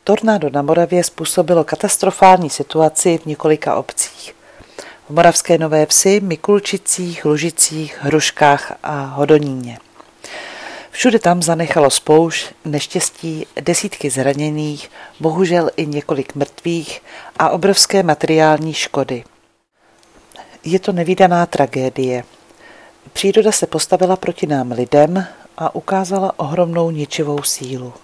Tornádo na Moravě způsobilo katastrofální situaci v několika obcích. V Moravské Nové Vsi, Mikulčicích, Lužicích, Hruškách a Hodoníně. Všude tam zanechalo spoušť, neštěstí, desítky zraněných, bohužel i několik mrtvých a obrovské materiální škody. Je to nevídaná tragédie. Příroda se postavila proti nám lidem a ukázala ohromnou ničivou sílu.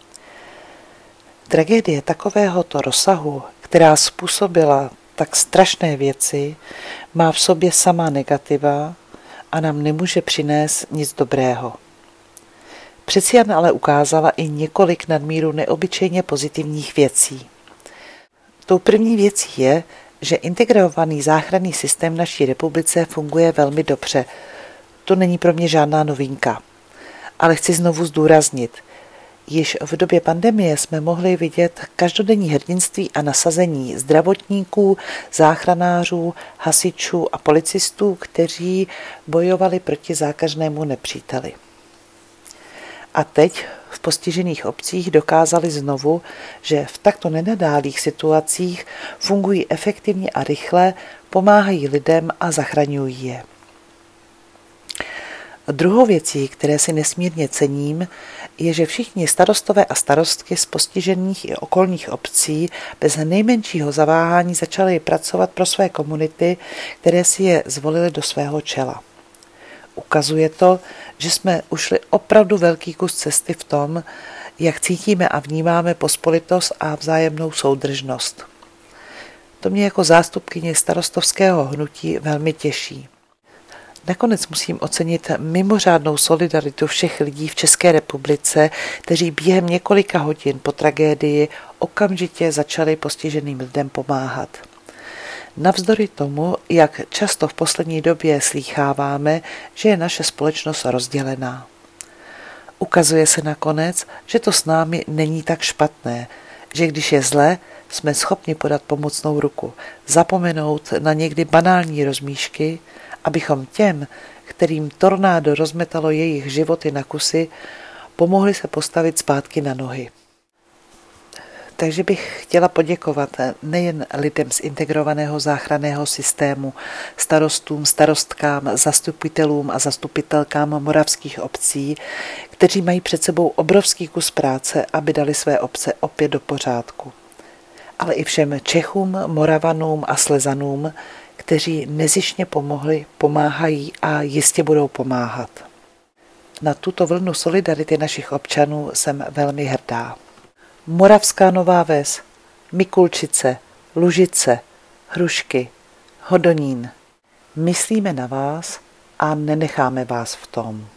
Tragédie takovéhoto rozsahu, která způsobila tak strašné věci, má v sobě samá negativa a nám nemůže přinést nic dobrého. Přeci jen ale ukázala i několik nadmíru neobyčejně pozitivních věcí. Tou první věcí je, že integrovaný záchranný systém v naší republice funguje velmi dobře. To není pro mě žádná novinka. Ale chci znovu zdůraznit, již v době pandemie jsme mohli vidět každodenní hrdinství a nasazení zdravotníků, záchranářů, hasičů a policistů, kteří bojovali proti zákažnému nepříteli. A teď v postižených obcích dokázali znovu, že v takto nenadálých situacích fungují efektivně a rychle, pomáhají lidem a zachraňují je. Druhou věcí, které si nesmírně cením, je, že všichni starostové a starostky z postižených i okolních obcí bez nejmenšího zaváhání začali pracovat pro své komunity, které si je zvolili do svého čela. Ukazuje to, že jsme ušli opravdu velký kus cesty v tom, jak cítíme a vnímáme pospolitost a vzájemnou soudržnost. To mě jako zástupkyně starostovského hnutí velmi těší. Nakonec musím ocenit mimořádnou solidaritu všech lidí v České republice, kteří během několika hodin po tragédii okamžitě začali postiženým lidem pomáhat. Navzdory tomu, jak často v poslední době slýcháváme, že je naše společnost rozdělená. Ukazuje se nakonec, že to s námi není tak špatné, že když je zle, jsme schopni podat pomocnou ruku, zapomenout na někdy banální rozmíšky, abychom těm, kterým tornádo rozmetalo jejich životy na kusy, pomohli se postavit zpátky na nohy. Takže bych chtěla poděkovat nejen lidem z integrovaného záchranného systému, starostům, starostkám, zastupitelům a zastupitelkám moravských obcí, kteří mají před sebou obrovský kus práce, aby dali své obce opět do pořádku. Ale i všem Čechům, Moravanům a Slezanům, kteří nezištně pomohli, pomáhají a jistě budou pomáhat. Na tuto vlnu solidarity našich občanů jsem velmi hrdá. Moravská Nová Ves, Mikulčice, Lužice, Hrušky, Hodonín. Myslíme na vás a nenecháme vás v tom.